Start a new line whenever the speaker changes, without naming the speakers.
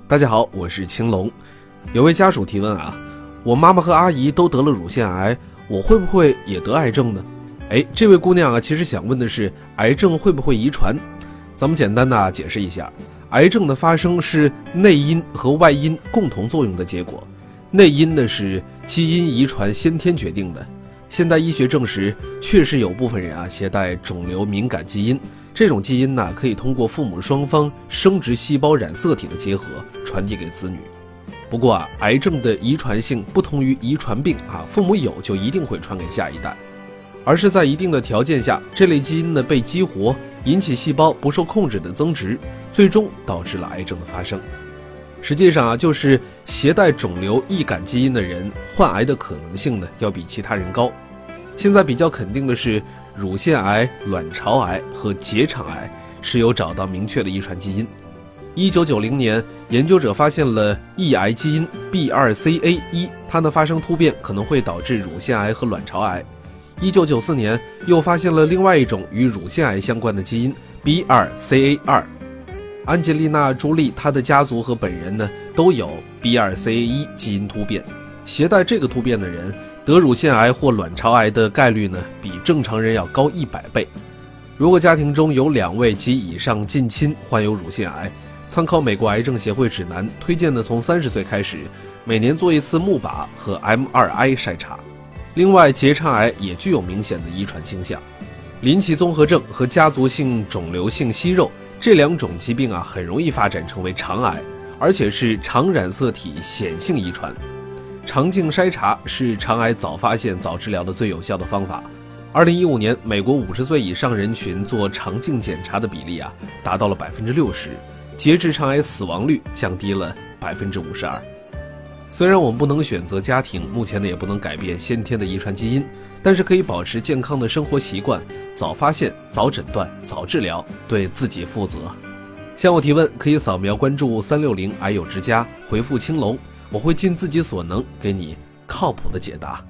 大家好，我是青龙。有位家属提问啊，我妈妈和阿姨都得了乳腺癌，我会不会也得癌症呢？这位姑娘啊，其实想问的是癌症会不会遗传？咱们简单的解释一下，癌症的发生是内因和外因共同作用的结果。内因呢是基因遗传先天决定的。现代医学证实，确实有部分人啊携带肿瘤敏感基因，这种基因呢可以通过父母双方生殖细胞染色体的结合传递给子女。不过啊，癌症的遗传性不同于遗传病啊，父母有就一定会传给下一代，而是在一定的条件下，这类基因呢被激活，引起细胞不受控制的增殖，最终导致了癌症的发生。实际上啊，就是携带肿瘤易感基因的人患癌的可能性呢要比其他人高。现在比较肯定的是，乳腺癌、卵巢癌和结肠癌是有找到明确的遗传基因。1990年，研究者发现了抑癌基因 BRCA1， 它的发生突变可能会导致乳腺癌和卵巢癌。1994年，又发现了另外一种与乳腺癌相关的基因 BRCA2。安吉丽娜·朱莉她的家族和本人呢都有 BRCA1 基因突变，携带这个突变的人得乳腺癌或卵巢癌的概率呢比正常人要高100倍。如果家庭中有2位及以上近亲患有乳腺癌，参考美国癌症协会指南推荐的从30岁开始每年做一次钼靶和 MRI 筛查。另外，结肠癌也具有明显的遗传倾向。林奇综合症和家族性肿瘤性息肉这2种疾病啊，很容易发展成为肠癌，而且是肠染色体显性遗传。肠镜筛查是肠癌早发现早治疗的最有效的方法。2015年，美国50岁以上人群做肠镜检查的比例啊，达到了60%，结直肠癌死亡率降低了52%。虽然我们不能选择家庭，目前呢也不能改变先天的遗传基因，但是可以保持健康的生活习惯，早发现、早诊断、早治疗，对自己负责。向我提问可以扫描关注360癌友之家，回复青龙，我会尽自己所能给你靠谱的解答。